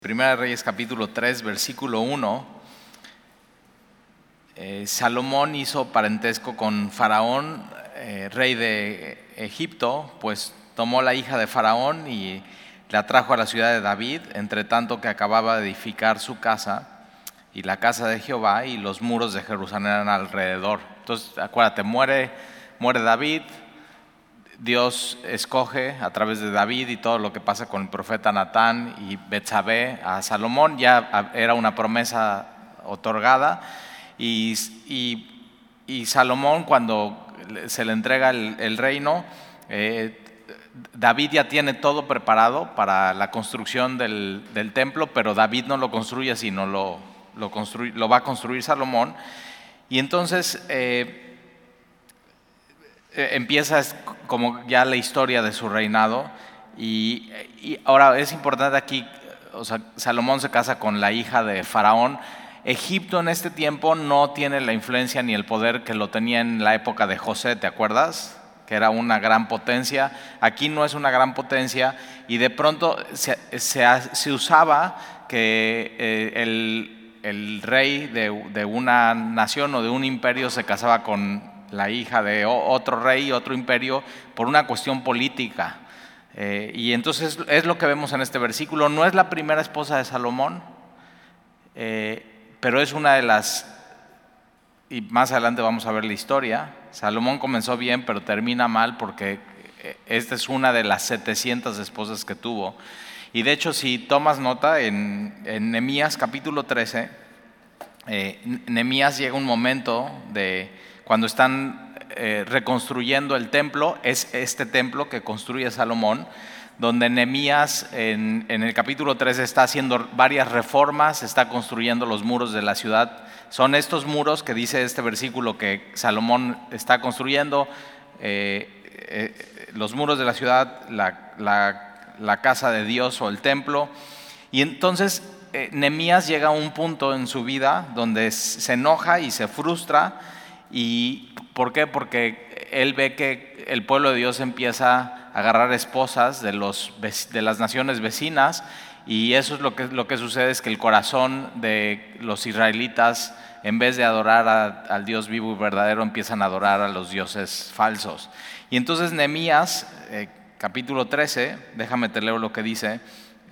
Primera de Reyes capítulo 3, versículo 1, Salomón hizo parentesco con Faraón, rey de Egipto, pues tomó la hija de Faraón y la trajo a la ciudad de David, entre tanto que acababa de edificar su casa y la casa de Jehová, y los muros de Jerusalén eran alrededor. Entonces, acuérdate, muere David. Dios escoge a través de David y todo lo que pasa con el profeta Natán y Betsabé a Salomón. Ya era una promesa otorgada y Salomón, cuando se le entrega el reino, David ya tiene todo preparado para la construcción del templo, pero David no lo construye, sino lo va a construir Salomón. Y entonces empieza como ya la historia de su reinado, y ahora es importante aquí, o sea, Salomón se casa con la hija de Faraón. Egipto en este tiempo no tiene la influencia ni el poder que lo tenía en la época de José, ¿te acuerdas? Que era una gran potencia. Aquí no es una gran potencia, y de pronto se usaba que el rey de una nación o de un imperio se casaba con la hija de otro rey, otro imperio, por una cuestión política. Y entonces es lo que vemos en este versículo. No es la primera esposa de Salomón, pero es una de las, y más adelante vamos a ver la historia. Salomón comenzó bien, pero termina mal, porque esta es una de las 700 esposas que tuvo. Y de hecho, si tomas nota, en Nehemías capítulo 13, Nehemías llega un momento cuando están reconstruyendo el templo. Es este templo que construye Salomón, donde Nehemías en el capítulo 13 está haciendo varias reformas, está construyendo los muros de la ciudad. Son estos muros que dice este versículo que Salomón está construyendo, los muros de la ciudad, la casa de Dios o el templo. Y entonces Nehemías llega a un punto en su vida donde se enoja y se frustra. ¿Y por qué? Porque él ve que el pueblo de Dios empieza a agarrar esposas de las naciones vecinas, y eso es lo que sucede, es que el corazón de los israelitas, en vez de adorar al Dios vivo y verdadero, empiezan a adorar a los dioses falsos. Y entonces Nehemías, capítulo 13, déjame te leo lo que dice.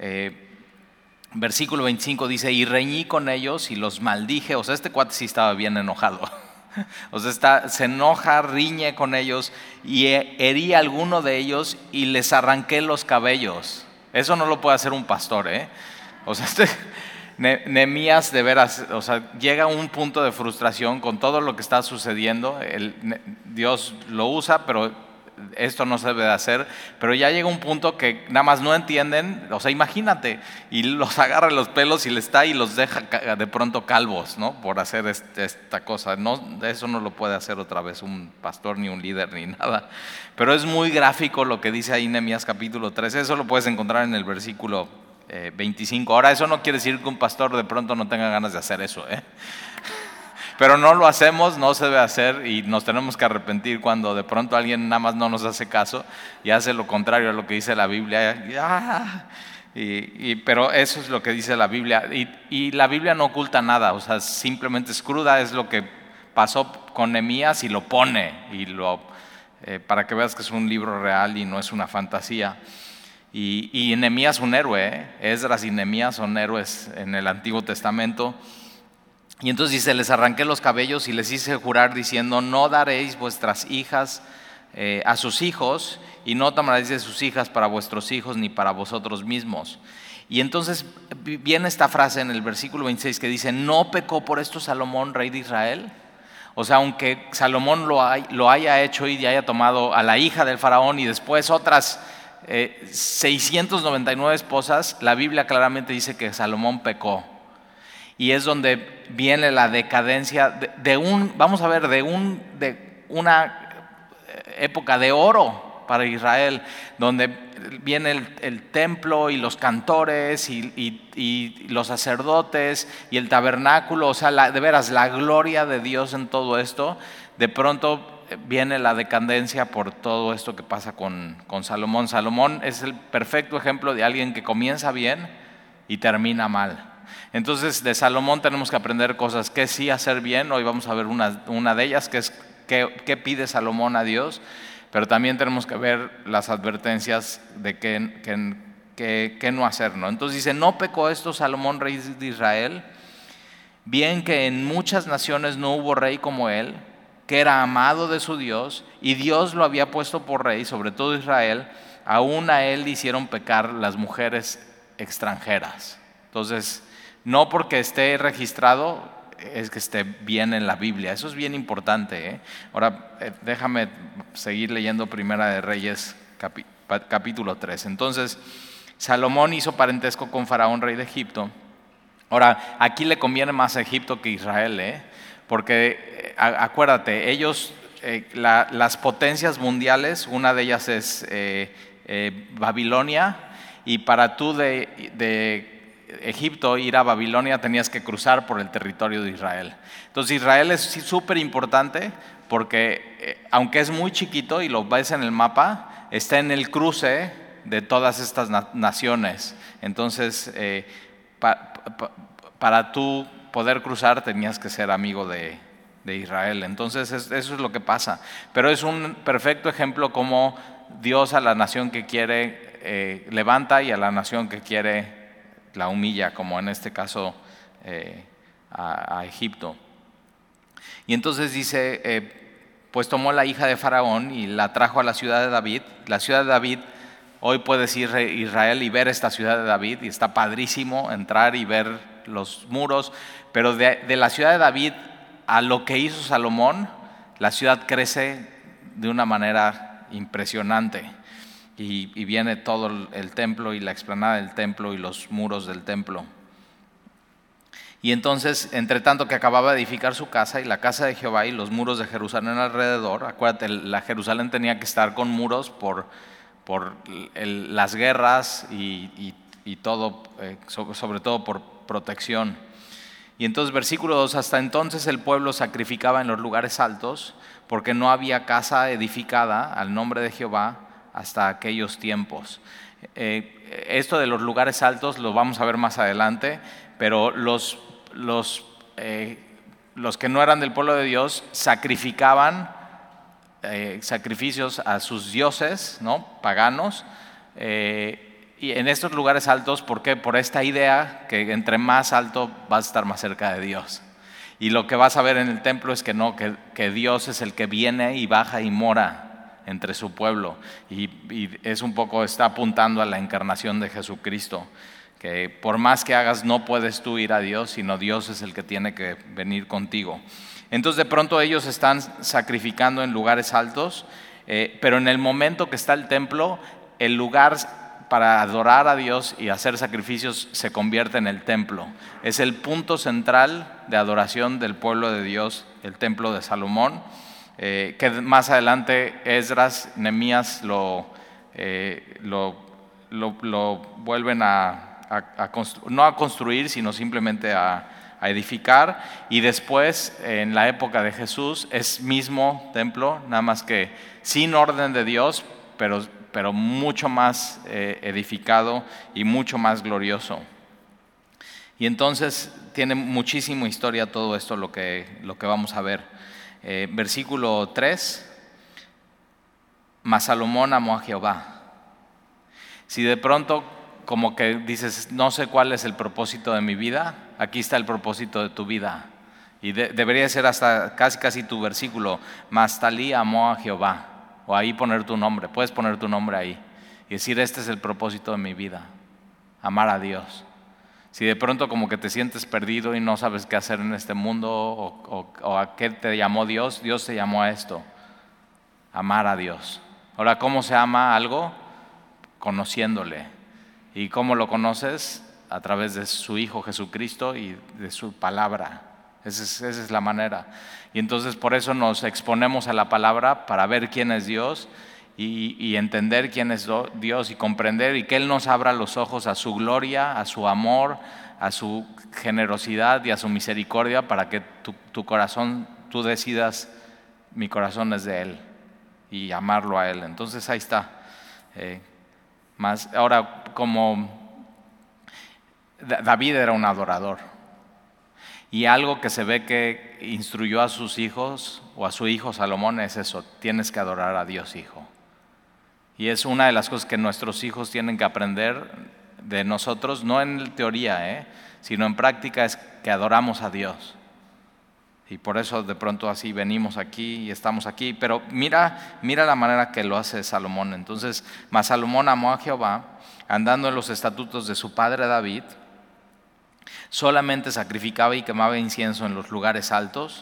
Versículo 25 dice: y reñí con ellos y los maldije. O sea, este cuate sí estaba bien enojado. O sea, se enoja, riñe con ellos, y herí a alguno de ellos y les arranqué los cabellos. Eso no lo puede hacer un pastor, ¿eh? O sea, Nehemías de veras, o sea, llega a un punto de frustración con todo lo que está sucediendo. Dios lo usa, pero esto no se debe de hacer. Pero ya llega un punto que nada más no entienden. O sea, imagínate, y los agarra los pelos y los deja de pronto calvos, ¿no? Por hacer esta cosa. No, eso no lo puede hacer otra vez un pastor, ni un líder, ni nada. Pero es muy gráfico lo que dice ahí Nehemías capítulo 13. Eso lo puedes encontrar en el versículo 25. Ahora, eso no quiere decir que un pastor de pronto no tenga ganas de hacer eso, ¿eh? Pero no lo hacemos, no se debe hacer, y nos tenemos que arrepentir cuando de pronto alguien nada más no nos hace caso y hace lo contrario a lo que dice la Biblia. Pero eso es lo que dice la Biblia, y la Biblia no oculta nada. O sea, simplemente es cruda, es lo que pasó con Nehemías, y lo pone para que veas que es un libro real y no es una fantasía. Y Nehemías es un héroe, ¿eh? Esdras y Nehemías son héroes en el Antiguo Testamento. Y entonces dice: les arranqué los cabellos y les hice jurar diciendo: no daréis vuestras hijas a sus hijos, y no tomaréis de sus hijas para vuestros hijos ni para vosotros mismos. Y entonces viene esta frase en el versículo 26 que dice: ¿no pecó por esto Salomón, rey de Israel? O sea, aunque Salomón lo haya hecho y haya tomado a la hija del faraón y después otras 699 esposas, la Biblia claramente dice que Salomón pecó. Y es donde viene la decadencia vamos a ver, de una época de oro para Israel, donde viene el templo y los cantores y los sacerdotes y el tabernáculo. O sea, de veras, la gloria de Dios en todo esto. De pronto viene la decadencia por todo esto que pasa con Salomón. Salomón es el perfecto ejemplo de alguien que comienza bien, y termina mal. Entonces de Salomón tenemos que aprender cosas que sí hacer bien. Hoy vamos a ver una de ellas, que es qué pide Salomón a Dios, pero también tenemos que ver las advertencias de qué no hacer, ¿no? Entonces dice, ¿no pecó esto Salomón, rey de Israel? Bien que en muchas naciones no hubo rey como él, que era amado de su Dios, y Dios lo había puesto por rey sobre todo Israel. Aún a él le hicieron pecar las mujeres extranjeras. Entonces, no porque esté registrado es que esté bien en la Biblia. Eso es bien importante, ¿eh? Ahora, déjame seguir leyendo Primera de Reyes, capítulo 3. Entonces, Salomón hizo parentesco con Faraón, rey de Egipto. Ahora, aquí le conviene más a Egipto que a Israel, ¿eh? Porque acuérdate, ellos, las potencias mundiales, una de ellas es Babilonia, y para tú de Egipto ir a Babilonia tenías que cruzar por el territorio de Israel. Entonces Israel es súper importante porque aunque es muy chiquito y lo ves en el mapa, está en el cruce de todas estas naciones. Entonces para tú poder cruzar tenías que ser amigo de Israel. Entonces eso es lo que pasa. Pero es un perfecto ejemplo cómo Dios a la nación que quiere levanta, y a la nación que quiere la humilla, como en este caso a Egipto. Y entonces dice, pues tomó la hija de Faraón y la trajo a la ciudad de David. La ciudad de David, hoy puedes ir a Israel y ver esta ciudad de David, y está padrísimo entrar y ver los muros, pero de la ciudad de David a lo que hizo Salomón, la ciudad crece de una manera impresionante. Y viene todo el templo y la explanada del templo y los muros del templo. Y entonces, entre tanto que acababa de edificar su casa y la casa de Jehová y los muros de Jerusalén alrededor, acuérdate, la Jerusalén tenía que estar con muros por las guerras y todo, sobre todo por protección. Y entonces, versículo 2, hasta entonces el pueblo sacrificaba en los lugares altos, porque no había casa edificada al nombre de Jehová hasta aquellos tiempos. Esto de los lugares altos lo vamos a ver más adelante, pero los que no eran del pueblo de Dios sacrificaban sacrificios a sus dioses, ¿no? Paganos, y en estos lugares altos, ¿por qué? Por esta idea que entre más alto vas a estar más cerca de Dios. Y lo que vas a ver en el templo es que no, que Dios es el que viene y baja y mora entre su pueblo, y es un poco, está apuntando a la encarnación de Jesucristo, que por más que hagas no puedes tú ir a Dios, sino Dios es el que tiene que venir contigo. Entonces de pronto ellos están sacrificando en lugares altos, pero en el momento que está el templo, el lugar para adorar a Dios y hacer sacrificios se convierte en el templo. Es el punto central de adoración del pueblo de Dios, el templo de Salomón. Que más adelante Esdras, Nehemías lo vuelven no a construir, sino simplemente a edificar. Y después, en la época de Jesús, es mismo templo, nada más que sin orden de Dios, pero mucho más edificado y mucho más glorioso. Y entonces tiene muchísima historia todo esto, lo que vamos a ver. Versículo 3, mas Salomón amó a Jehová. Si de pronto como que dices, no sé cuál es el propósito de mi vida, aquí está el propósito de tu vida. Y debería ser hasta casi tu versículo, mas Talí amó a Jehová, o ahí poner tu nombre, puedes poner tu nombre ahí y decir, este es el propósito de mi vida, amar a Dios. Si de pronto como que te sientes perdido y no sabes qué hacer en este mundo, o a qué te llamó Dios, Dios te llamó a esto, amar a Dios. Ahora, ¿cómo se ama algo? Conociéndole. ¿Y cómo lo conoces? A través de su Hijo Jesucristo y de su palabra. Esa es la manera. Y entonces por eso nos exponemos a la palabra para ver quién es Dios y entender quién es Dios y comprender, y que Él nos abra los ojos a su gloria, a su amor, a su generosidad y a su misericordia, para que tu corazón, tú decidas, mi corazón es de Él, y amarlo a Él. Entonces ahí está. Ahora, como David era un adorador. Y algo que se ve que instruyó a sus hijos o a su hijo Salomón es eso: tienes que adorar a Dios, hijo. Y es una de las cosas que nuestros hijos tienen que aprender de nosotros, no en teoría, sino en práctica, es que adoramos a Dios. Y por eso de pronto así venimos aquí y estamos aquí. Pero mira la manera que lo hace Salomón. Entonces, mas Salomón amó a Jehová, andando en los estatutos de su padre David. Solamente sacrificaba y quemaba incienso en los lugares altos.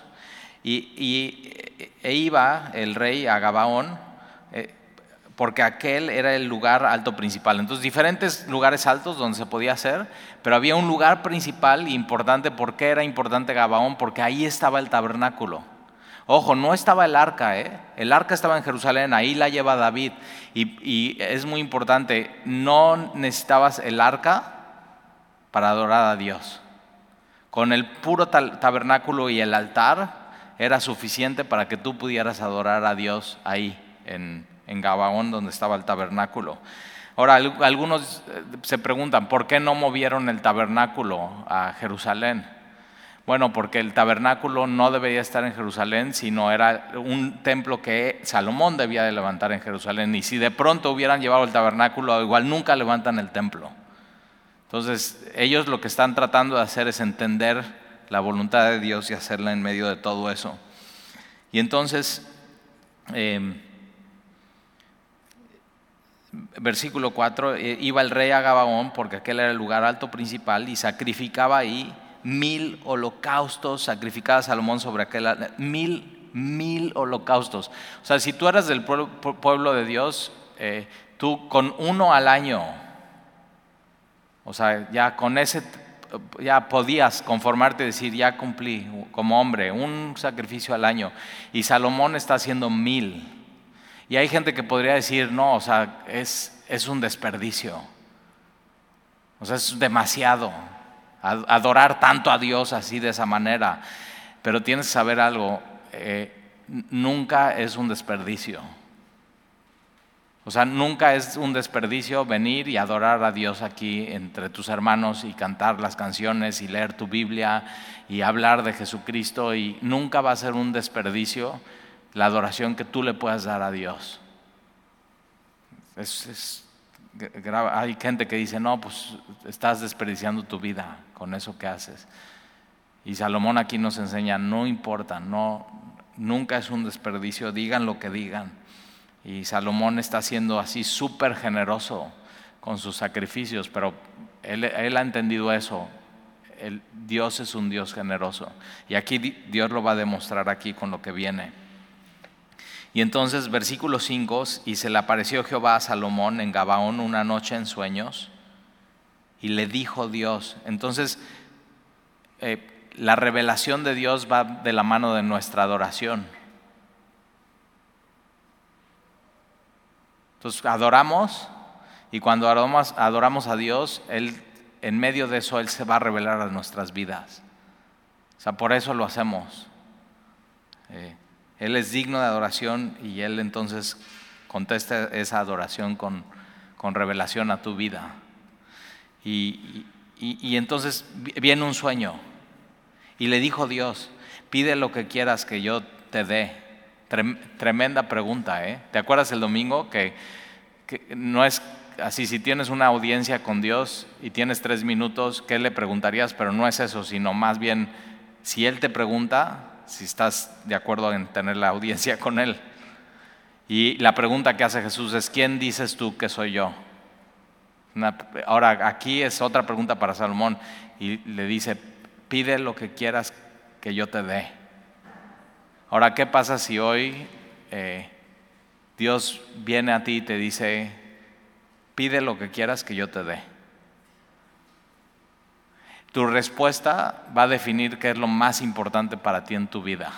E iba el rey a Gabaón, porque aquel era el lugar alto principal. Entonces, diferentes lugares altos donde se podía hacer, pero había un lugar principal importante. ¿Por qué era importante Gabaón? Porque ahí estaba el tabernáculo. Ojo, no estaba el arca, el arca estaba en Jerusalén, ahí la lleva David. Y es muy importante, no necesitabas el arca para adorar a Dios. Con el puro tabernáculo y el altar era suficiente para que tú pudieras adorar a Dios ahí en Gabaón, donde estaba el tabernáculo. Ahora, algunos se preguntan, ¿por qué no movieron el tabernáculo a Jerusalén? Bueno, porque el tabernáculo no debería estar en Jerusalén, sino era un templo que Salomón debía de levantar en Jerusalén. Y si de pronto hubieran llevado el tabernáculo, igual nunca levantan el templo. Entonces, ellos lo que están tratando de hacer es entender la voluntad de Dios y hacerla en medio de todo eso. Y entonces, versículo 4, iba el rey a Gabaón, porque aquel era el lugar alto principal, y sacrificaba ahí 1000 holocaustos. Sacrificaba Salomón sobre aquel 1000 holocaustos. O sea, si tú eras del pueblo de Dios, tú con uno al año, o sea, ya con ese ya podías conformarte y decir, ya cumplí como hombre, un sacrificio al año. Y Salomón está haciendo 1000. Y hay gente que podría decir, no, o sea, es un desperdicio. O sea, es demasiado adorar tanto a Dios así de esa manera. Pero tienes que saber algo, nunca es un desperdicio. O sea, nunca es un desperdicio venir y adorar a Dios aquí entre tus hermanos y cantar las canciones y leer tu Biblia y hablar de Jesucristo, y nunca va a ser un desperdicio la adoración que tú le puedas dar a Dios. Hay gente que dice, no, pues estás desperdiciando tu vida con eso que haces. Y Salomón aquí nos enseña, no importa, nunca es un desperdicio, digan lo que digan. Y Salomón está siendo así súper generoso con sus sacrificios, pero él ha entendido eso. Dios es un Dios generoso. Y aquí Dios lo va a demostrar aquí con lo que viene. Y entonces, versículo 5, y se le apareció Jehová a Salomón en Gabaón una noche en sueños, y le dijo Dios. Entonces, la revelación de Dios va de la mano de nuestra adoración. Entonces adoramos, y cuando adoramos a Dios, en medio de eso Él se va a revelar a nuestras vidas. O sea, por eso lo hacemos. Él es digno de adoración, y Él entonces contesta esa adoración con revelación a tu vida. Y entonces viene un sueño, y le dijo Dios, pide lo que quieras que yo te dé. Tremenda pregunta, ¿Te acuerdas el domingo que no es así? Si tienes una audiencia con Dios y tienes 3 minutos, ¿qué le preguntarías? Pero no es eso, sino más bien, si Él te pregunta, si estás de acuerdo en tener la audiencia con Él. Y la pregunta que hace Jesús es, ¿quién dices tú que soy yo? Ahora, aquí es otra pregunta para Salomón, y le dice, pide lo que quieras que yo te dé. Ahora, ¿qué pasa si hoy Dios viene a ti y te dice, pide lo que quieras que yo te dé? Tu respuesta va a definir qué es lo más importante para ti en tu vida.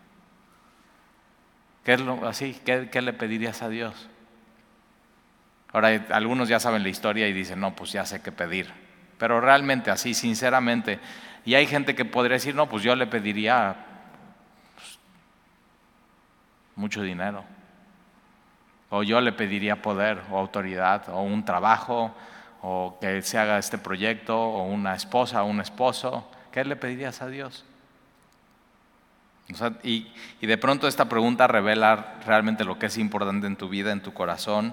¿Qué le pedirías a Dios? Ahora, algunos ya saben la historia y dicen, no, pues ya sé qué pedir. Pero realmente así, sinceramente, y hay gente que podría decir, no, pues yo le pediría mucho dinero, o yo le pediría poder o autoridad o un trabajo o que se haga este proyecto, o una esposa o un esposo, ¿qué le pedirías a Dios? O sea, y de pronto esta pregunta revela realmente lo que es importante en tu vida, en tu corazón.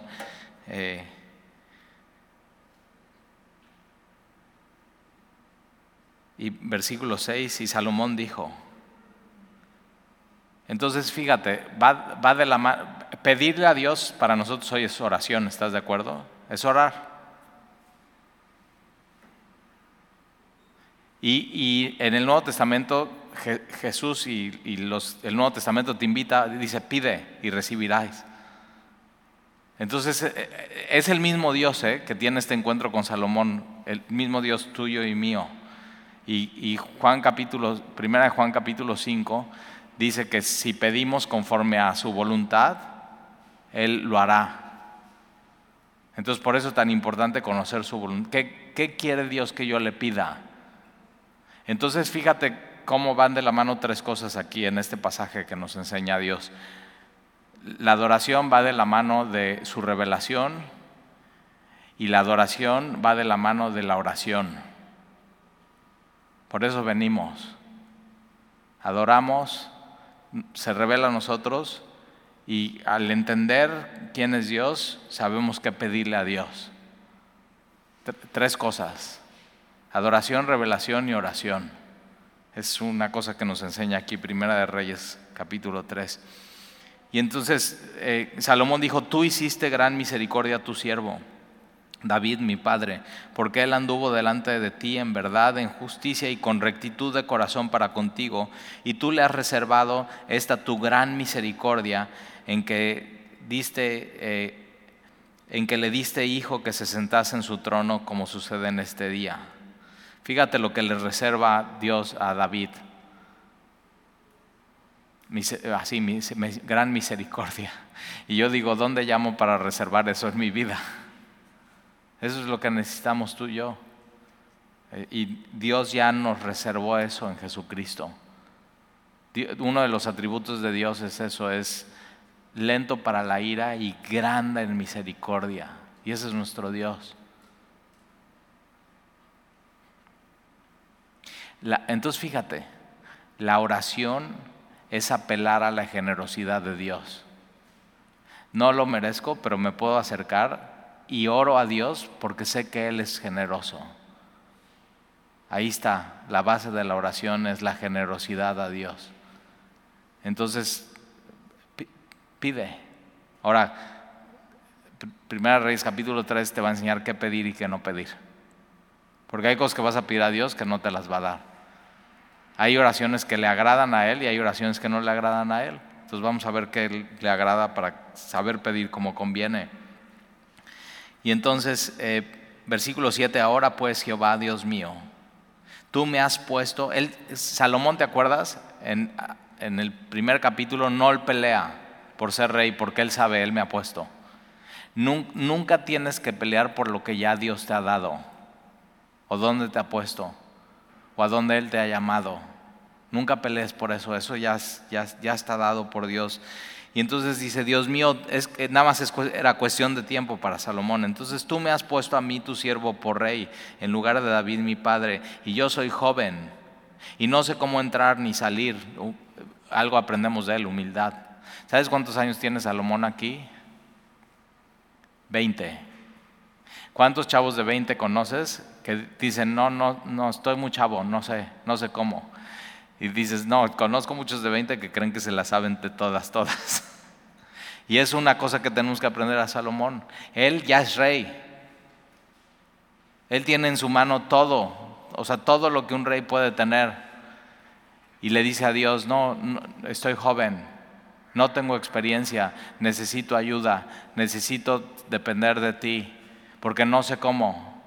Y versículo 6, y Salomón dijo. Entonces fíjate, va de la mano. Pedirle a Dios para nosotros hoy es oración, ¿estás de acuerdo? Es orar. Y en el Nuevo Testamento Jesús y el Nuevo Testamento te invita, dice, pide y recibirás. Entonces es el mismo Dios que tiene este encuentro con Salomón, el mismo Dios tuyo y mío. Y Primera de Juan capítulo 5 dice que si pedimos conforme a su voluntad, Él lo hará. Entonces por eso es tan importante conocer su voluntad. ¿Qué quiere Dios que yo le pida? Entonces fíjate cómo van de la mano tres cosas aquí en este pasaje que nos enseña Dios. La adoración va de la mano de su revelación y la adoración va de la mano de la oración. Por eso venimos, adoramos, se revela a nosotros y al entender quién es Dios, sabemos qué pedirle a Dios. Tres cosas: adoración, revelación y oración. Es una cosa que nos enseña aquí Primera de Reyes capítulo 3. Y entonces Salomón dijo: tú hiciste gran misericordia a tu siervo David mi padre, porque él anduvo delante de ti en verdad, en justicia y con rectitud de corazón para contigo, y tú le has reservado esta tu gran misericordia en que le diste hijo que se sentase en su trono, como sucede en este día. Fíjate lo que le reserva Dios a David. Gran misericordia. Y yo digo, ¿dónde llamo para reservar eso en mi vida? Eso es lo que necesitamos tú y yo. Y Dios ya nos reservó eso en Jesucristo. Uno de los atributos de Dios es eso, es lento para la ira y grande en misericordia. Y ese es nuestro Dios. Entonces fíjate, la oración es apelar a la generosidad de Dios. No lo merezco, pero me puedo acercar y oro a Dios porque sé que Él es generoso. Ahí está, la base de la oración es la generosidad a Dios. Entonces, pide. Ahora, Primera Reyes capítulo 3 te va a enseñar qué pedir y qué no pedir. Porque hay cosas que vas a pedir a Dios que no te las va a dar. Hay oraciones que le agradan a Él y hay oraciones que no le agradan a Él. Entonces vamos a ver qué le agrada para saber pedir como conviene. Y entonces, versículo 7, ahora pues Jehová, Dios mío, tú me has puesto, Salomón, ¿te acuerdas? En el primer capítulo no él pelea por ser rey, porque él sabe, él me ha puesto. Nunca tienes que pelear por lo que ya Dios te ha dado, o dónde te ha puesto, o a dónde Él te ha llamado. Nunca pelees por eso, eso ya está dado por Dios. Y entonces dice, Dios mío, nada más era cuestión de tiempo para Salomón. Entonces tú me has puesto a mí, tu siervo, por rey, en lugar de David mi padre, y yo soy joven, y no sé cómo entrar ni salir. Algo aprendemos de él, humildad. ¿Sabes cuántos años tiene Salomón aquí? 20. ¿Cuántos chavos de 20 conoces que dicen, no, estoy muy chavo, no sé cómo? Y dices, no, conozco muchos de 20 que creen que se las saben de todas. Y es una cosa que tenemos que aprender a Salomón. Él ya es rey. Él tiene en su mano todo, o sea, todo lo que un rey puede tener. Y le dice a Dios, no, estoy joven, no tengo experiencia, necesito ayuda, necesito depender de ti, porque no sé cómo.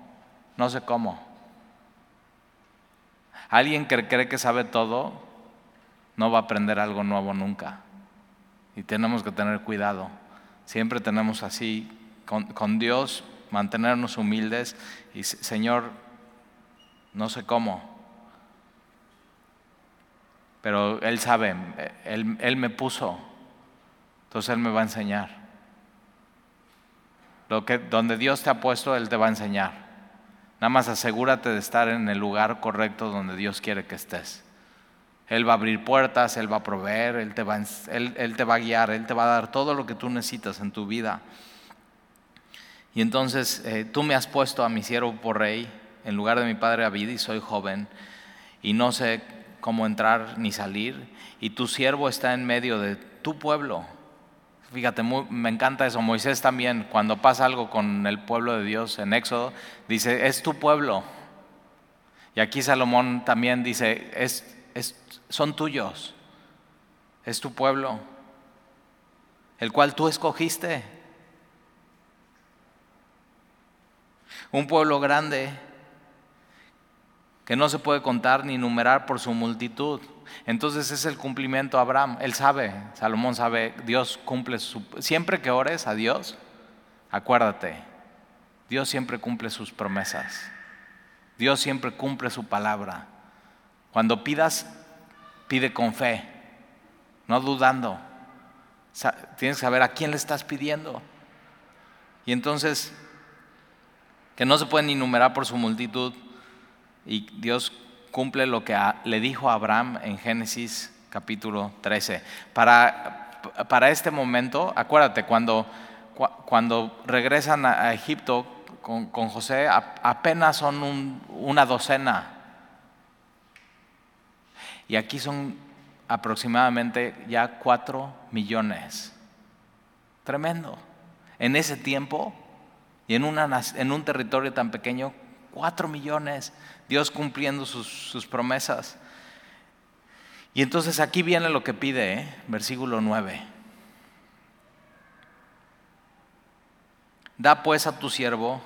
Alguien que cree que sabe todo no va a aprender algo nuevo nunca. Y tenemos que tener cuidado. Siempre tenemos así, con Dios, mantenernos humildes y Señor, no sé cómo, pero Él sabe, Él me puso, entonces Él me va a enseñar. Donde Dios te ha puesto, Él te va a enseñar. Nada más asegúrate de estar en el lugar correcto donde Dios quiere que estés. Él va a abrir puertas, Él va a proveer, Él te va a guiar, Él te va a dar todo lo que tú necesitas en tu vida. Y entonces tú me has puesto a mi siervo por rey en lugar de mi padre David, y soy joven y no sé cómo entrar ni salir, y tu siervo está en medio de tu pueblo. Fíjate, me encanta eso. Moisés también, cuando pasa algo con el pueblo de Dios en Éxodo, dice, es tu pueblo. Y aquí Salomón también dice, son tuyos, es tu pueblo, el cual tú escogiste. Un pueblo grande que no se puede contar ni numerar por su multitud. Entonces es el cumplimiento a Abraham. Él sabe, Salomón sabe, Dios cumple siempre que ores a Dios, acuérdate, Dios siempre cumple sus promesas. Dios siempre cumple su palabra. Cuando pidas, pide con fe, no dudando. Tienes que saber a quién le estás pidiendo. Y entonces, que no se puede ni numerar por su multitud, y Dios cumple lo que le dijo a Abraham en Génesis capítulo 13. Para este momento, acuérdate, cuando regresan a Egipto con José, apenas son una docena. Y aquí son aproximadamente ya 4 millones. Tremendo. En ese tiempo y en un territorio tan pequeño, 4 millones. Dios cumpliendo sus promesas. Y entonces aquí viene lo que pide, versículo 9. Da pues a tu siervo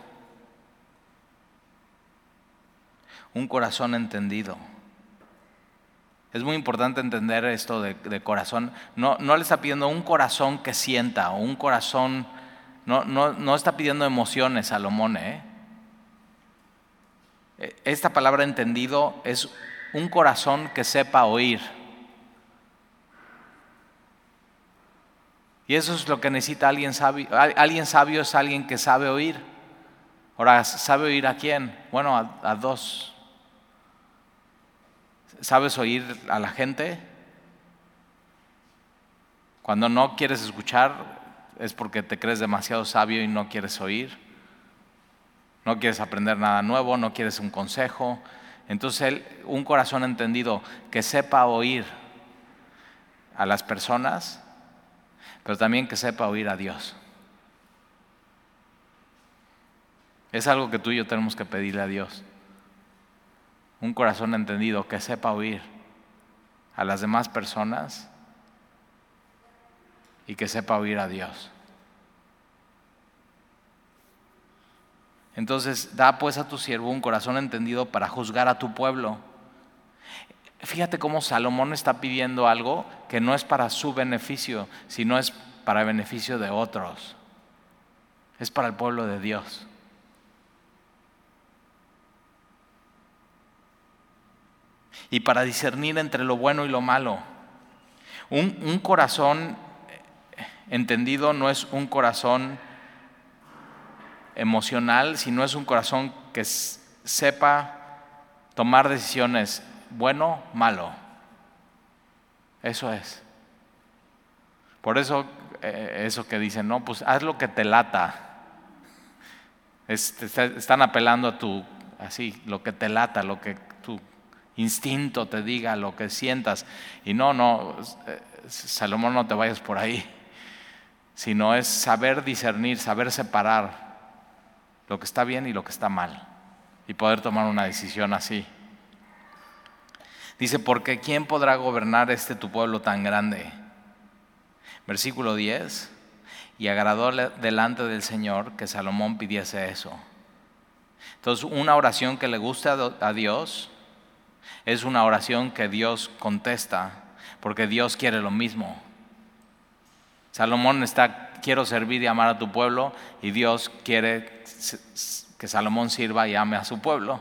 un corazón entendido. Es muy importante entender esto de corazón. No le está pidiendo un corazón que sienta, o un corazón, no está pidiendo emociones, Salomón. Esta palabra entendido es un corazón que sepa oír. Y eso es lo que necesita alguien sabio. Alguien sabio es alguien que sabe oír. Ahora, ¿sabe oír a quién? Bueno, a dos. ¿Sabes oír a la gente? Cuando no quieres escuchar es porque te crees demasiado sabio y no quieres oír. No quieres aprender nada nuevo, no quieres un consejo. Entonces, un corazón entendido que sepa oír a las personas, pero también que sepa oír a Dios. Es algo que tú y yo tenemos que pedirle a Dios. Un corazón entendido que sepa oír a las demás personas y que sepa oír a Dios. Entonces, da pues a tu siervo un corazón entendido para juzgar a tu pueblo. Fíjate cómo Salomón está pidiendo algo que no es para su beneficio, sino es para el beneficio de otros. Es para el pueblo de Dios. Y para discernir entre lo bueno y lo malo. Un corazón entendido no es un corazón emocional, sino es un corazón que sepa tomar decisiones, bueno, malo. Eso es. Por eso, eso que dicen, no, pues haz lo que te lata. Están apelando a lo que te lata, lo que tu instinto te diga, lo que sientas. Y no, Salomón, no te vayas por ahí. Sino es saber discernir, saber separar lo que está bien y lo que está mal, y poder tomar una decisión así. Dice, porque ¿quién podrá gobernar tu pueblo tan grande? Versículo 10, y agradó delante del Señor que Salomón pidiese eso. Entonces, una oración que le guste a Dios es una oración que Dios contesta, porque Dios quiere lo mismo. Salomón quiero servir y amar a tu pueblo, y Dios quiere que Salomón sirva y ame a su pueblo.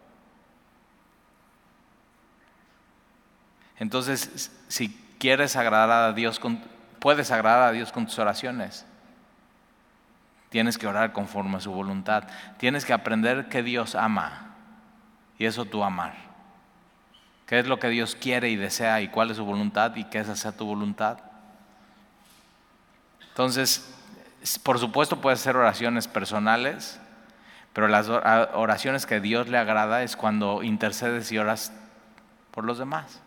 Entonces, si quieres agradar a Dios, puedes agradar a Dios con tus oraciones. Tienes que orar conforme a su voluntad. Tienes que aprender que Dios ama. Y eso tú amar. ¿Qué es lo que Dios quiere y desea y cuál es su voluntad y qué es hacer tu voluntad? Entonces, por supuesto puedes hacer oraciones personales, pero las oraciones que a Dios le agrada es cuando intercedes y oras por los demás.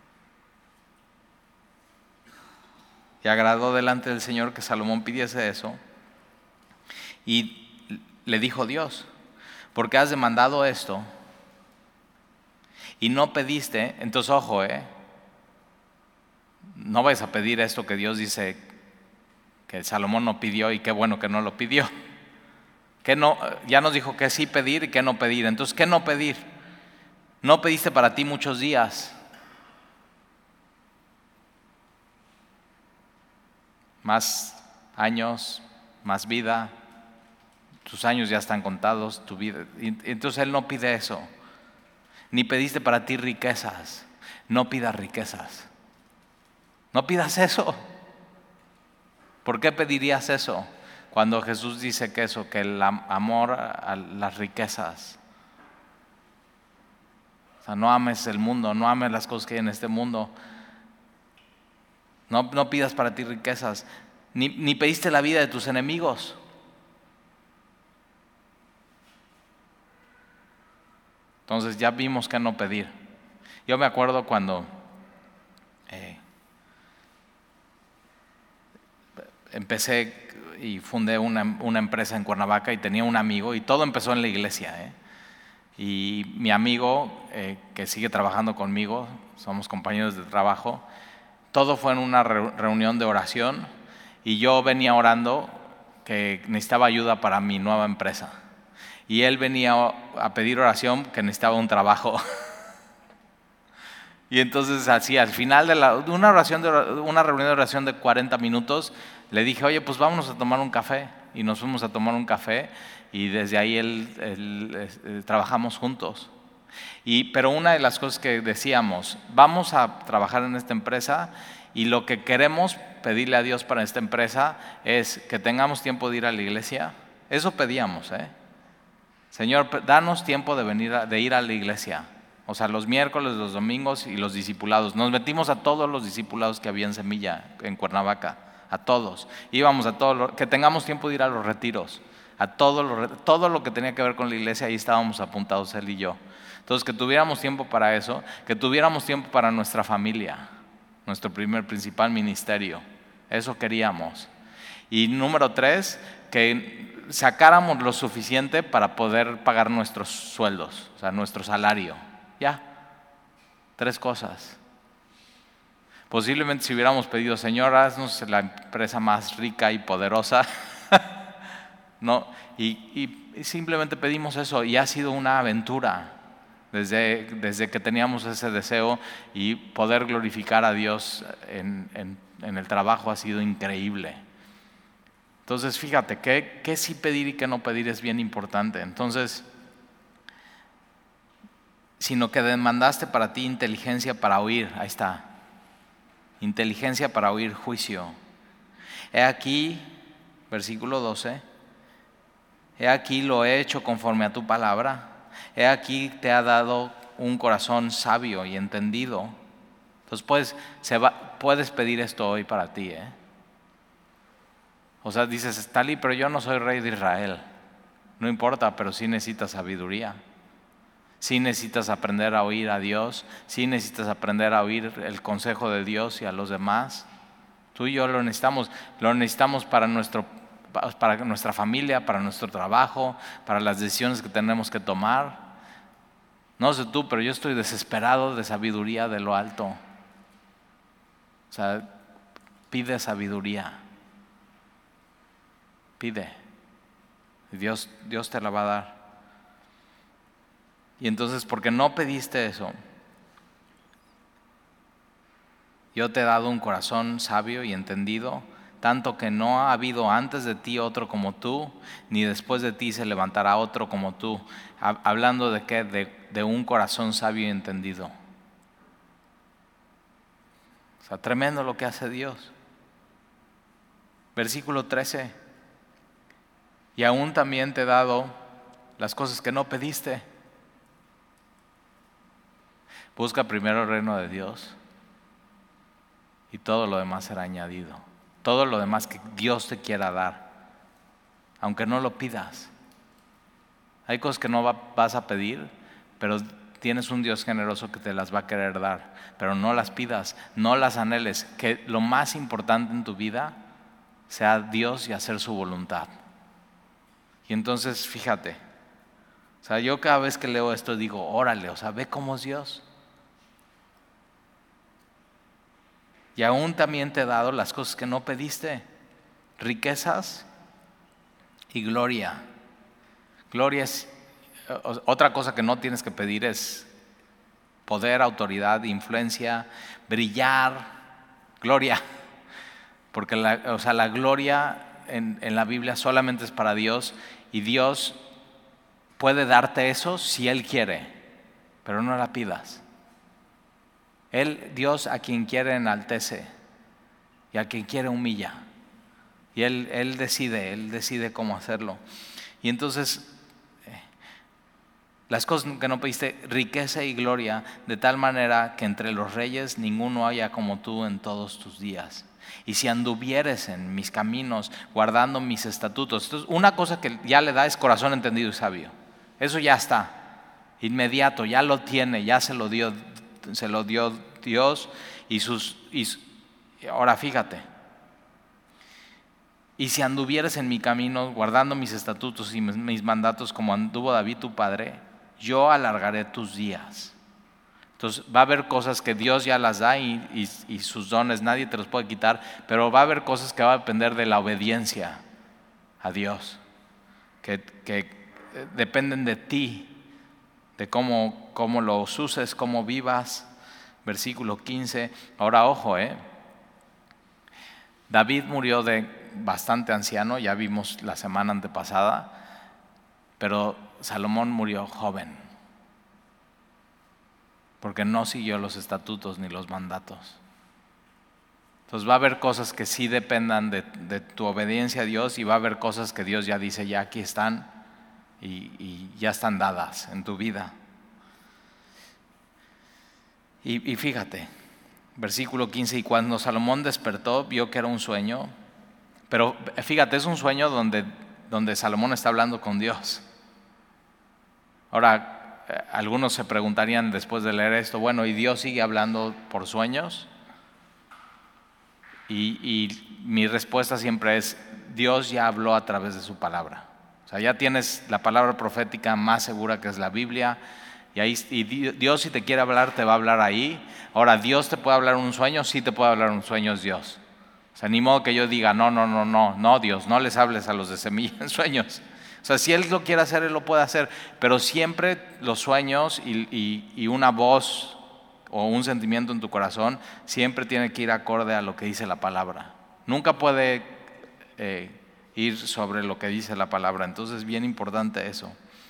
Y agradó delante del Señor que Salomón pidiese eso. Y le dijo Dios, ¿por qué has demandado esto? Y no pediste, entonces ojo, no vayas a pedir esto que Dios dice que Salomón no pidió y qué bueno que no lo pidió. Que no, ya nos dijo que sí pedir y que no pedir. Entonces, ¿qué no pedir? No pediste para ti muchos días. Más años, más vida. Tus años ya están contados, tu vida. Entonces Él no pide eso. Ni pediste para ti riquezas. No pidas riquezas. No pidas eso. ¿Por qué pedirías eso? Cuando Jesús dice que eso, que el amor a las riquezas. O sea, no ames el mundo, no ames las cosas que hay en este mundo. No pidas para ti riquezas. Ni pediste la vida de tus enemigos. Entonces ya vimos que no pedir. Yo me acuerdo cuando empecé y fundé una empresa en Cuernavaca y tenía un amigo y todo empezó en la iglesia. Y mi amigo, que sigue trabajando conmigo, somos compañeros de trabajo, todo fue en una reunión de oración y yo venía orando que necesitaba ayuda para mi nueva empresa. Y él venía a pedir oración que necesitaba un trabajo. Y entonces así al final de una reunión de oración de 40 minutos, le dije, oye, pues vámonos a tomar un café. Y nos fuimos a tomar un café y desde ahí trabajamos juntos. Pero una de las cosas que decíamos, vamos a trabajar en esta empresa y lo que queremos pedirle a Dios para esta empresa es que tengamos tiempo de ir a la iglesia. Eso pedíamos, Señor, danos tiempo de ir a la iglesia. O sea, los miércoles, los domingos y los discipulados. Nos metimos a todos los discipulados que había en Semilla, en Cuernavaca. A todos. Íbamos a todos, que tengamos tiempo de ir a los retiros. A todo lo que tenía que ver con la iglesia, ahí estábamos apuntados él y yo. Entonces, que tuviéramos tiempo para eso, que tuviéramos tiempo para nuestra familia. Nuestro principal ministerio. Eso queríamos. Y número 3, que sacáramos lo suficiente para poder pagar nuestros sueldos, o sea, nuestro salario. Ya, 3 cosas. Posiblemente si hubiéramos pedido, Señor, haznos la empresa más rica y poderosa, ¿no? Y simplemente pedimos eso y ha sido una aventura desde que teníamos ese deseo y poder glorificar a Dios en el trabajo ha sido increíble. Entonces, fíjate, qué sí pedir y qué no pedir es bien importante. Entonces, sino que demandaste para ti inteligencia para oír, ahí está, inteligencia para oír juicio. He aquí, versículo 12, he aquí lo he hecho conforme a tu palabra, he aquí te ha dado un corazón sabio y entendido. Entonces, puedes pedir esto hoy para ti, O sea, dices, Tali, pero yo no soy rey de Israel. No importa, pero sí necesitas sabiduría. Sí necesitas aprender a oír a Dios. Sí necesitas aprender a oír el consejo de Dios y a los demás. Tú y yo lo necesitamos. Lo necesitamos para nuestra familia, para nuestro trabajo, para las decisiones que tenemos que tomar. No sé tú, pero yo estoy desesperado de sabiduría de lo alto. O sea, pide sabiduría. Pide. Dios te la va a dar. Y entonces, porque no pediste eso, yo te he dado un corazón sabio y entendido, tanto que no ha habido antes de ti otro como tú, ni después de ti se levantará otro como tú. Hablando de qué, de un corazón sabio y entendido. O sea, tremendo lo que hace Dios. Versículo 13. y aún también te he dado las cosas que no pediste. Busca primero el reino de Dios y todo lo demás será añadido. Todo lo demás que Dios te quiera dar, aunque no lo pidas. Hay cosas que no vas a pedir, pero tienes un Dios generoso que te las va a querer dar. Pero no las pidas, no las anheles. Que lo más importante en tu vida sea Dios y hacer su voluntad. Y entonces, fíjate, o sea, yo cada vez que leo esto digo, órale, o sea, ve cómo es Dios. Y aún también te he dado las cosas que no pediste, riquezas y gloria. Gloria es, otra cosa que no tienes que pedir es poder, autoridad, influencia, brillar, gloria. Porque la gloria en la Biblia solamente es para Dios y Dios puede darte eso si Él quiere, pero no la pidas. Dios a quien quiere enaltece y a quien quiere humilla. Y Él decide cómo hacerlo. Y entonces, las cosas que no pediste, riqueza y gloria, de tal manera que entre los reyes ninguno haya como tú en todos tus días. Y si anduvieres en mis caminos, guardando mis estatutos. Entonces, una cosa que ya le da es corazón entendido y sabio. Eso ya está, inmediato, ya lo tiene, ya se lo dio Dios ahora fíjate. Y si anduvieres en mi camino, guardando mis estatutos y mis mandatos como anduvo David tu padre, yo alargaré tus días. Entonces va a haber cosas que Dios ya las da y sus dones nadie te los puede quitar, pero va a haber cosas que va a depender de la obediencia a Dios, que dependen de ti, de cómo los uses, cómo vivas. Versículo 15. Ahora ojo, David murió de bastante anciano, ya vimos la semana antepasada, pero Salomón murió joven, porque no siguió los estatutos ni los mandatos. Entonces va a haber cosas que sí dependan de tu obediencia a Dios y va a haber cosas que Dios ya dice, ya aquí están y ya están dadas en tu vida. Y fíjate, versículo 15, y cuando Salomón despertó vio que era un sueño, pero fíjate, es un sueño donde Salomón está hablando con Dios. Ahora, algunos se preguntarían después de leer esto, bueno, ¿y Dios sigue hablando por sueños? Y mi respuesta siempre es, Dios ya habló a través de su palabra. O sea, ya tienes la palabra profética más segura que es la Biblia, y Dios si te quiere hablar te va a hablar ahí. Ahora, ¿Dios te puede hablar en un sueño? Sí te puede hablar en un sueño, es Dios. O sea, ni modo que yo diga, no, Dios, no les hables a los de Semilla en sueños. O sea, si Él lo quiere hacer, Él lo puede hacer, pero siempre los sueños y una voz o un sentimiento en tu corazón siempre tiene que ir acorde a lo que dice la palabra. Nunca puede ir sobre lo que dice la palabra, entonces es bien importante eso.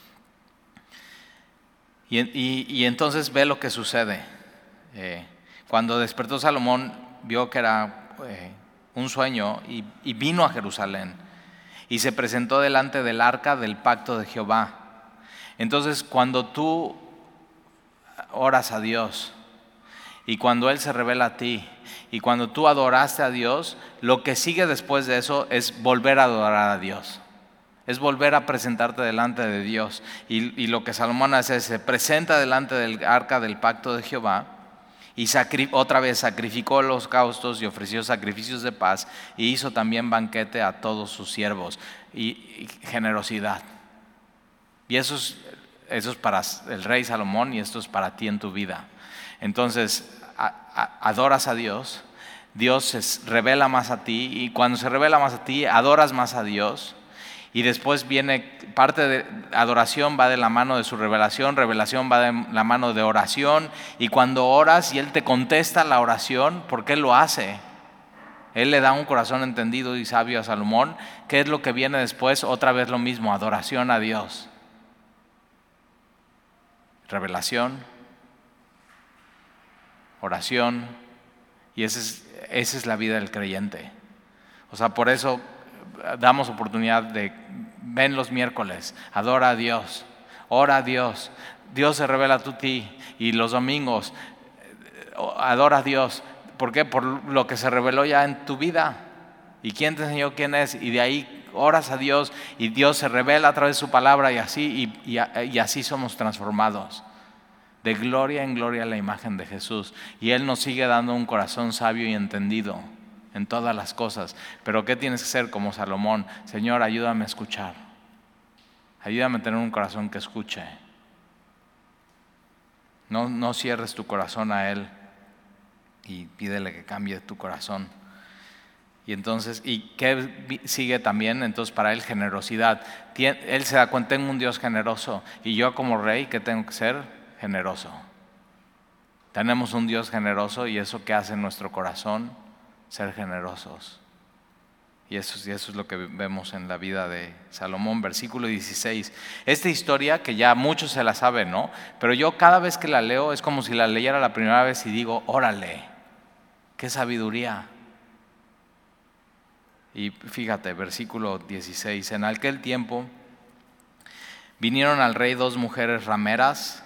Y entonces ve lo que sucede. Cuando despertó Salomón, vio que era un sueño y vino a Jerusalén y se presentó delante del arca del pacto de Jehová. Entonces, cuando tú oras a Dios y cuando Él se revela a ti y cuando tú adoraste a Dios, lo que sigue después de eso es volver a adorar a Dios. Es volver a presentarte delante de Dios. Y lo que Salomón hace es se presenta delante del arca del pacto de Jehová y otra vez sacrificó los holocaustos y ofreció sacrificios de paz y hizo también banquete a todos sus siervos y generosidad. Y eso es para el rey Salomón y esto es para ti en tu vida. Entonces adoras a Dios, Dios se revela más a ti y cuando se revela más a ti adoras más a Dios. Y después viene parte de adoración, va de la mano de su revelación va de la mano de oración. Y cuando oras y Él te contesta la oración, ¿por qué lo hace? Él le da un corazón entendido y sabio a Salomón. ¿Qué es lo que viene después? Otra vez lo mismo, adoración a Dios. Revelación, oración, y esa es la vida del creyente. O sea, por eso damos oportunidad de ven los miércoles, adora a Dios, ora a Dios, Dios se revela a ti, y los domingos adora a Dios. ¿Por qué? Por lo que se reveló ya en tu vida. ¿Y quién te enseñó quién es? Y de ahí oras a Dios y Dios se revela a través de su palabra, y así somos transformados. De gloria en gloria la imagen de Jesús. Y Él nos sigue dando un corazón sabio y entendido en todas las cosas. Pero ¿qué tienes que ser como Salomón? Señor, ayúdame a escuchar. Ayúdame a tener un corazón que escuche. No cierres tu corazón a Él y pídele que cambie tu corazón. Y entonces, ¿y qué sigue también? Entonces, para Él, generosidad. Él se da cuenta, tengo un Dios generoso, y yo como rey, ¿qué tengo que ser? Generoso. Tenemos un Dios generoso, y eso que hace en nuestro corazón, ser generosos. Y eso es lo que vemos en la vida de Salomón. Versículo 16. Esta historia que ya muchos se la saben, ¿no? Pero yo cada vez que la leo es como si la leyera la primera vez y digo, órale, qué sabiduría. Y fíjate, versículo 16. En aquel tiempo vinieron al rey 2 mujeres rameras,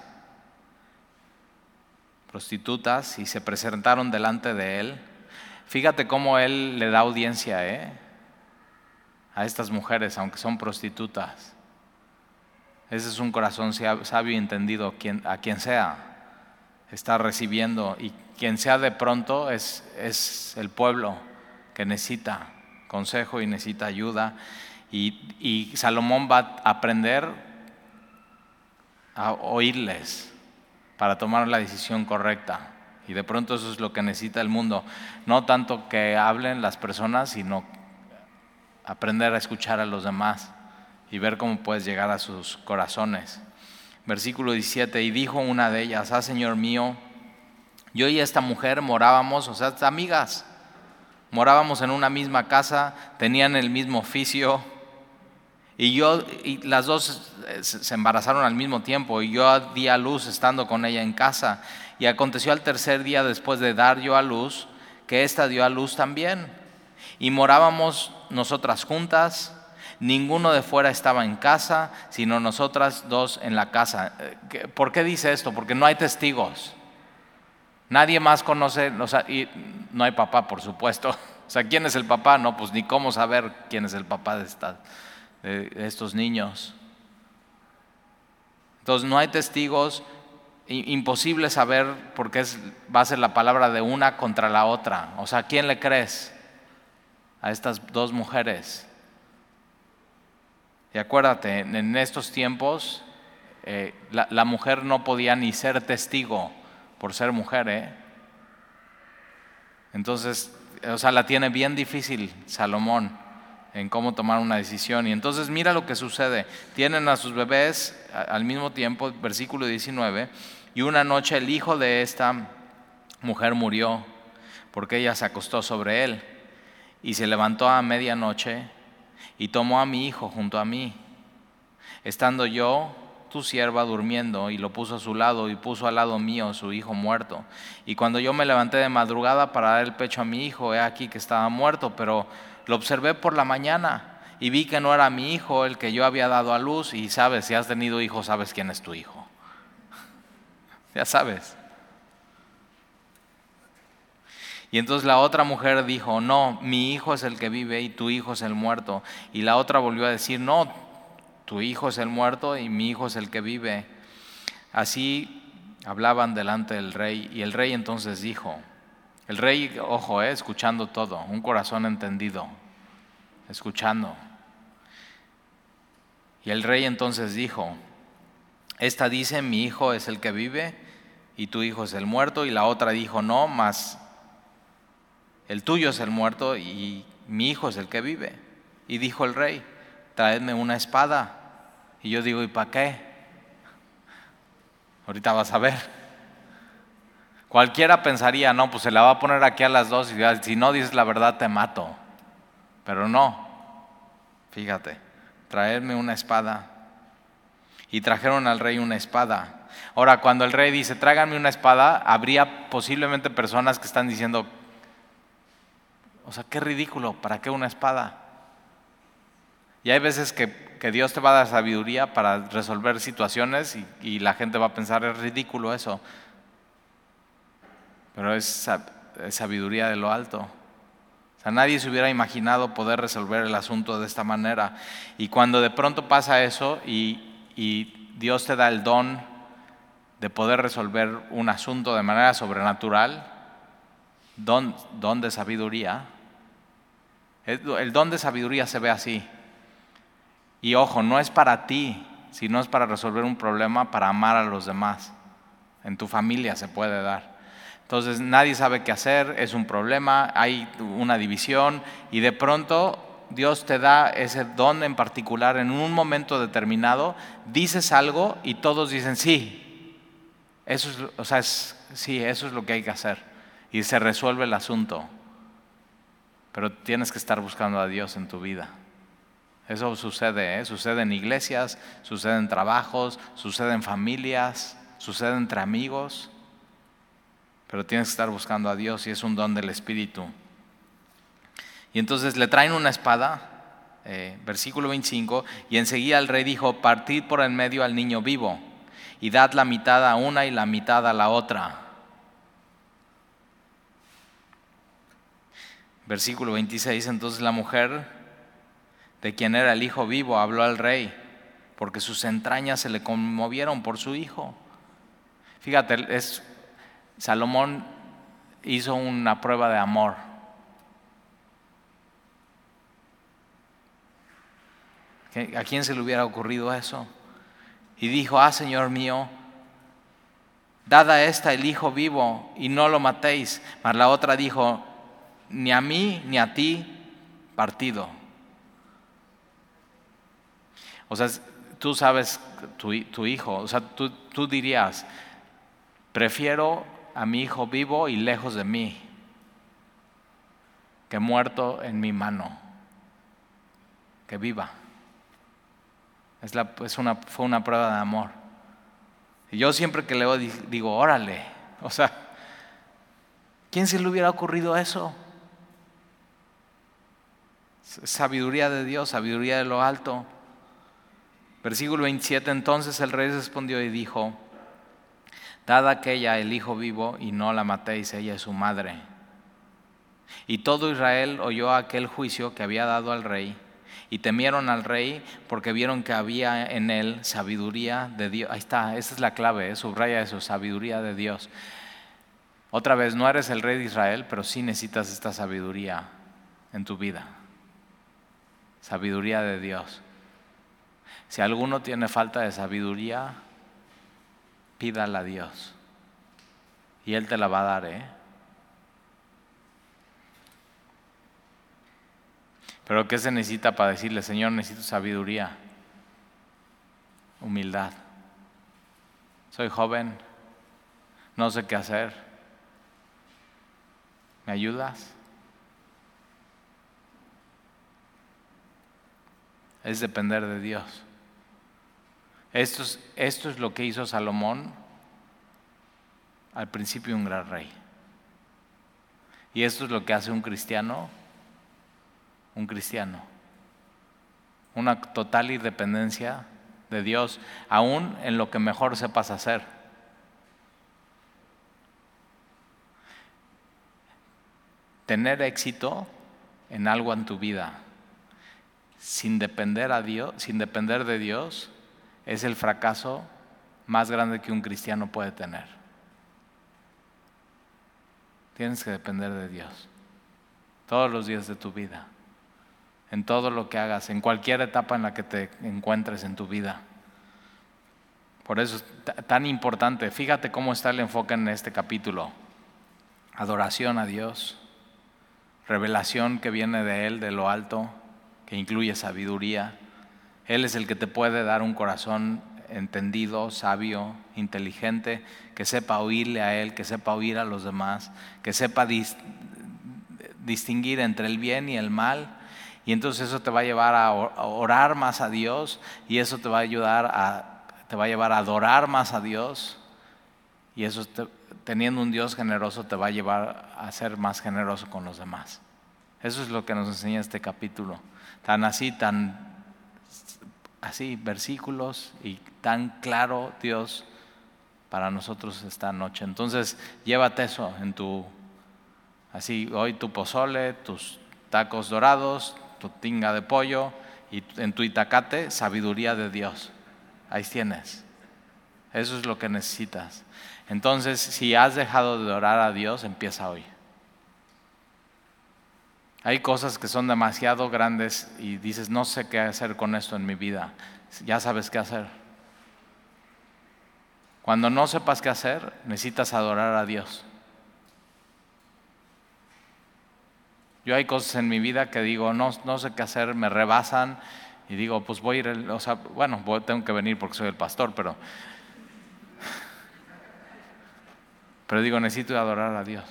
prostitutas, y se presentaron delante de él. Fíjate cómo él le da audiencia, a estas mujeres, aunque son prostitutas. Ese es un corazón sabio y entendido. A quien sea está recibiendo, y quien sea de pronto es el pueblo que necesita consejo y necesita ayuda. Y Salomón va a aprender a oírles para tomar la decisión correcta. Y de pronto eso es lo que necesita el mundo. No tanto que hablen las personas, sino aprender a escuchar a los demás y ver cómo puedes llegar a sus corazones. Versículo 17. Y dijo una de ellas, Señor mío, yo y esta mujer morábamos, o sea, amigas, morábamos en una misma casa, tenían el mismo oficio, y las dos se embarazaron al mismo tiempo, y yo di a luz estando con ella en casa. Y aconteció al tercer día después de dar yo a luz, que ésta dio a luz también. Y morábamos nosotras juntas, ninguno de fuera estaba en casa, sino nosotras dos en la casa. ¿Por qué dice esto? Porque no hay testigos. Nadie más conoce, y no hay papá, por supuesto. O sea, ¿quién es el papá? No, pues ni cómo saber quién es el papá de estos niños. Entonces no hay testigos, imposible saber, porque va a ser la palabra de una contra la otra. O sea, ¿a quién le crees? A estas 2 mujeres. Y acuérdate, en estos tiempos la mujer no podía ni ser testigo por ser mujer, Entonces, la tiene bien difícil Salomón en cómo tomar una decisión. Y entonces mira lo que sucede. Tienen a sus bebés al mismo tiempo, versículo 19, y una noche el hijo de esta mujer murió porque ella se acostó sobre él. Y se levantó a medianoche y tomó a mi hijo junto a mí, estando yo, tu sierva, durmiendo, y lo puso a su lado, y puso al lado mío su hijo muerto. Y cuando yo me levanté de madrugada para dar el pecho a mi hijo, he aquí que estaba muerto, pero lo observé por la mañana y vi que no era mi hijo el que yo había dado a luz. Y sabes, si has tenido hijo, sabes quién es tu hijo. Ya sabes. Y entonces la otra mujer dijo, no, mi hijo es el que vive y tu hijo es el muerto. Y la otra volvió a decir, no, tu hijo es el muerto y mi hijo es el que vive. Así hablaban delante del rey. Y el rey entonces dijo, el rey, ojo, escuchando todo, un corazón entendido, escuchando. Y el rey entonces dijo, esta dice, mi hijo es el que vive y tu hijo es el muerto. Y la otra dijo, no, mas el tuyo es el muerto y mi hijo es el que vive. Y dijo el rey, traedme una espada. Y yo digo, ¿y para qué? Ahorita vas a ver. Cualquiera pensaría, no, pues se la va a poner aquí a las 2 y si no dices la verdad te mato. Pero no, fíjate, traedme una espada. Y trajeron al rey una espada. Ahora, cuando el rey dice, tráiganme una espada, habría posiblemente personas que están diciendo, o sea, qué ridículo, ¿para qué una espada? Y hay veces que Dios te va a dar sabiduría para resolver situaciones y la gente va a pensar, es ridículo eso. Pero es sabiduría de lo alto. O sea, nadie se hubiera imaginado poder resolver el asunto de esta manera. Y cuando de pronto pasa eso y Dios te da el don de poder resolver un asunto de manera sobrenatural, don de sabiduría, el don de sabiduría se ve así. Y ojo, no es para ti, sino es para resolver un problema, para amar a los demás. En tu familia se puede dar. Entonces nadie sabe qué hacer, es un problema, hay una división y de pronto Dios te da ese don en particular en un momento determinado, dices algo y todos dicen sí, sí, eso es lo que hay que hacer y se resuelve el asunto. Pero tienes que estar buscando a Dios en tu vida. Eso sucede, sucede en iglesias, sucede en trabajos, sucede en familias, sucede entre amigos. Pero tienes que estar buscando a Dios y es un don del Espíritu. Y entonces le traen una espada, versículo 25, y enseguida el rey dijo, partid por en medio al niño vivo y dad la mitad a una y la mitad a la otra. Versículo 26, entonces la mujer de quien era el hijo vivo habló al rey, porque sus entrañas se le conmovieron por su hijo. Fíjate, Salomón hizo una prueba de amor. ¿A quién se le hubiera ocurrido eso? Y dijo, Señor mío, dad a esta el hijo vivo y no lo matéis. Mas la otra dijo, ni a mí ni a ti partido. O sea, tú sabes tu hijo, o sea, tú dirías, prefiero a mi hijo vivo y lejos de mí que muerto en mi mano, que viva. Fue una prueba de amor. Y yo siempre que leo digo, órale, o sea, ¿quién se le hubiera ocurrido eso? Sabiduría de Dios, sabiduría de lo alto. Versículo 27, entonces el rey respondió y dijo, dad a aquella el hijo vivo y no la matéis, ella es su madre. Y todo Israel oyó aquel juicio que había dado al rey y temieron al rey porque vieron que había en él sabiduría de Dios. Ahí está, esa es la clave, subraya eso, sabiduría de Dios. Otra vez, no eres el rey de Israel, pero sí necesitas esta sabiduría en tu vida. Sabiduría de Dios. Si alguno tiene falta de sabiduría, pídala a Dios y Él te la va a dar, Pero ¿qué se necesita para decirle, Señor, necesito sabiduría? Humildad. Soy joven, no sé qué hacer. ¿Me ayudas? Es depender de Dios. Esto es lo que hizo Salomón al principio, un gran rey. Y esto es lo que hace un cristiano. Una total independencia de Dios, aún en lo que mejor sepas hacer. Tener éxito en algo en tu vida sin depender de Dios, es el fracaso más grande que un cristiano puede tener. Tienes que depender de Dios todos los días de tu vida, en todo lo que hagas, en cualquier etapa en la que te encuentres en tu vida. Por eso es tan importante. Fíjate cómo está el enfoque en este capítulo. Adoración a Dios, revelación que viene de Él, de lo alto, que incluye sabiduría. Él es el que te puede dar un corazón entendido, sabio, inteligente, que sepa oírle a Él, que sepa oír a los demás, que sepa distinguir entre el bien y el mal. Y entonces eso te va a llevar a orar más a Dios y eso te va a llevar a adorar más a Dios. Y eso, teniendo un Dios generoso, te va a llevar a ser más generoso con los demás. Eso es lo que nos enseña este capítulo. Tan así versículos y tan claro Dios para nosotros esta noche. Entonces llévate eso en así hoy tu pozole, tus tacos dorados, tu tinga de pollo y en tu itacate, sabiduría de Dios. Ahí tienes. Eso es lo que necesitas. Entonces, si has dejado de orar a Dios, empieza hoy. Hay cosas que son demasiado grandes y dices, no sé qué hacer con esto en mi vida. Ya sabes qué hacer. Cuando no sepas qué hacer, necesitas adorar a Dios. Yo hay cosas en mi vida que digo, no sé qué hacer, me rebasan y digo, pues voy a ir, tengo que venir porque soy el pastor, pero digo, necesito adorar a Dios.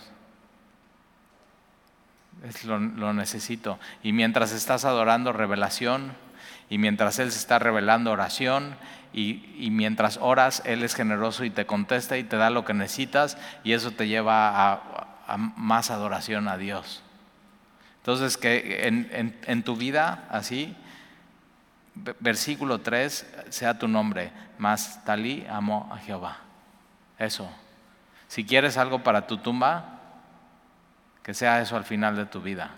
Lo necesito. Y mientras estás adorando, revelación, y mientras Él se está revelando, oración, y mientras oras, Él es generoso y te contesta y te da lo que necesitas, y eso te lleva a más adoración a Dios. Entonces, que en tu vida, así, versículo 3, sea tu nombre, mas Talí amó a Jehová. Eso. Si quieres algo para tu tumba, que sea eso al final de tu vida.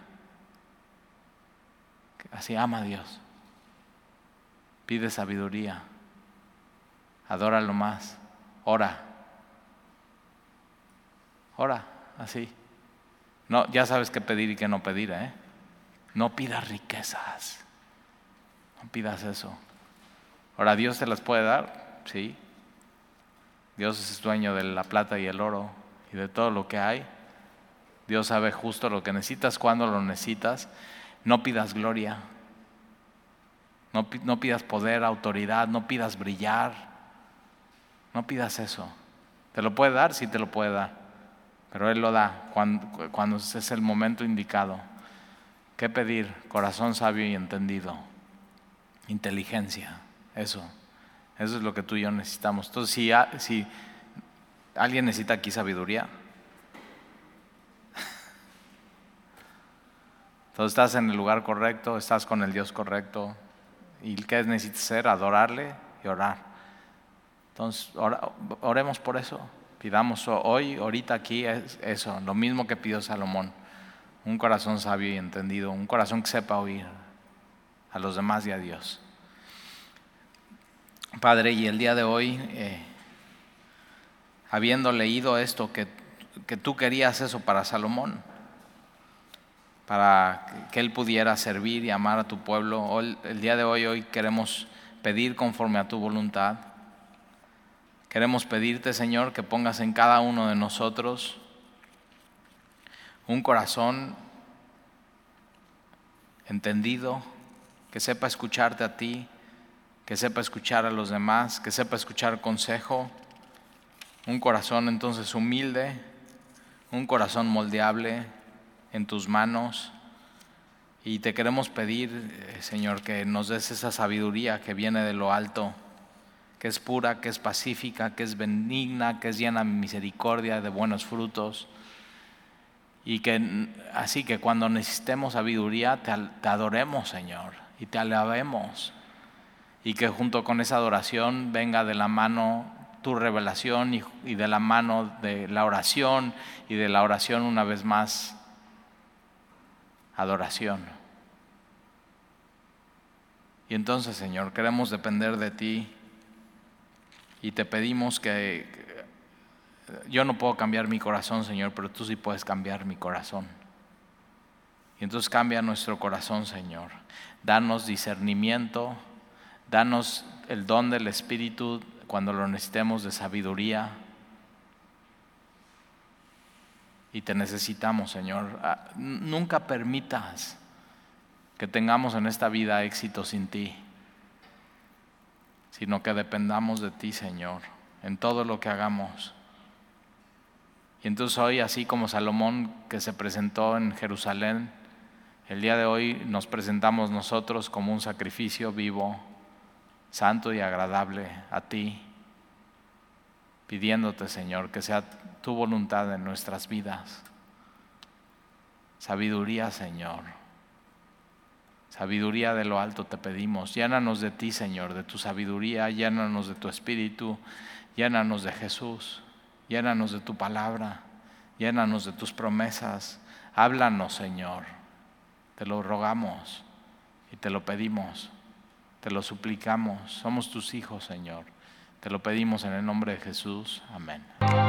Así ama a Dios. Pide sabiduría. Adóralo más. Ora. Ora, así. No, ya sabes qué pedir y qué no pedir, ¿eh? No pidas riquezas. No pidas eso. Ahora, ¿Dios te las puede dar? Sí. Dios es dueño de la plata y el oro y de todo lo que hay. Dios sabe justo lo que necesitas, cuándo lo necesitas. No pidas gloria. No pidas poder, autoridad. No pidas brillar. No pidas eso. ¿Te lo puede dar? Sí te lo puede dar. Pero Él lo da cuando es el momento indicado. ¿Qué pedir? Corazón sabio y entendido. Inteligencia. Eso es lo que tú y yo necesitamos. Entonces, si alguien necesita aquí sabiduría, entonces estás en el lugar correcto, estás con el Dios correcto. ¿Y qué necesitas hacer? Adorarle y orar. Entonces, oremos por eso. Pidamos hoy, ahorita aquí, eso, lo mismo que pidió Salomón. Un corazón sabio y entendido, un corazón que sepa oír a los demás y a Dios. Padre, y el día de hoy, habiendo leído esto, que tú querías eso para Salomón, para que él pudiera servir y amar a tu pueblo, el día de hoy queremos pedir conforme a tu voluntad. Queremos pedirte, Señor, que pongas en cada uno de nosotros un corazón entendido, que sepa escucharte a ti, que sepa escuchar a los demás, que sepa escuchar consejo. Un corazón entonces humilde, un corazón moldeable en tus manos. Y te queremos pedir, Señor, que nos des esa sabiduría que viene de lo alto, que es pura, que es pacífica, que es benigna, que es llena de misericordia, de buenos frutos. Y que así que cuando necesitemos sabiduría te adoremos, Señor, y te alabemos. Y que junto con esa adoración venga de la mano tu revelación y de la mano de la oración, y de la oración una vez más adoración. Y entonces, Señor, queremos depender de ti y te pedimos que yo no puedo cambiar mi corazón, Señor, pero tú sí puedes cambiar mi corazón. Y entonces cambia nuestro corazón, Señor. Danos discernimiento, danos el don del Espíritu cuando lo necesitemos, de sabiduría. Y te necesitamos, Señor. Nunca permitas que tengamos en esta vida éxito sin ti, sino que dependamos de ti, Señor, en todo lo que hagamos. Y entonces hoy, así como Salomón que se presentó en Jerusalén, el día de hoy nos presentamos nosotros como un sacrificio vivo, santo y agradable a ti, pidiéndote, Señor, que sea tu voluntad en nuestras vidas. Sabiduría, Señor. Sabiduría de lo alto te pedimos. Llénanos de ti, Señor, de tu sabiduría, llénanos de tu espíritu, llénanos de Jesús, llénanos de tu palabra, llénanos de tus promesas. Háblanos, Señor, te lo rogamos y te lo pedimos, te lo suplicamos. Somos tus hijos, Señor. Te lo pedimos en el nombre de Jesús. Amén.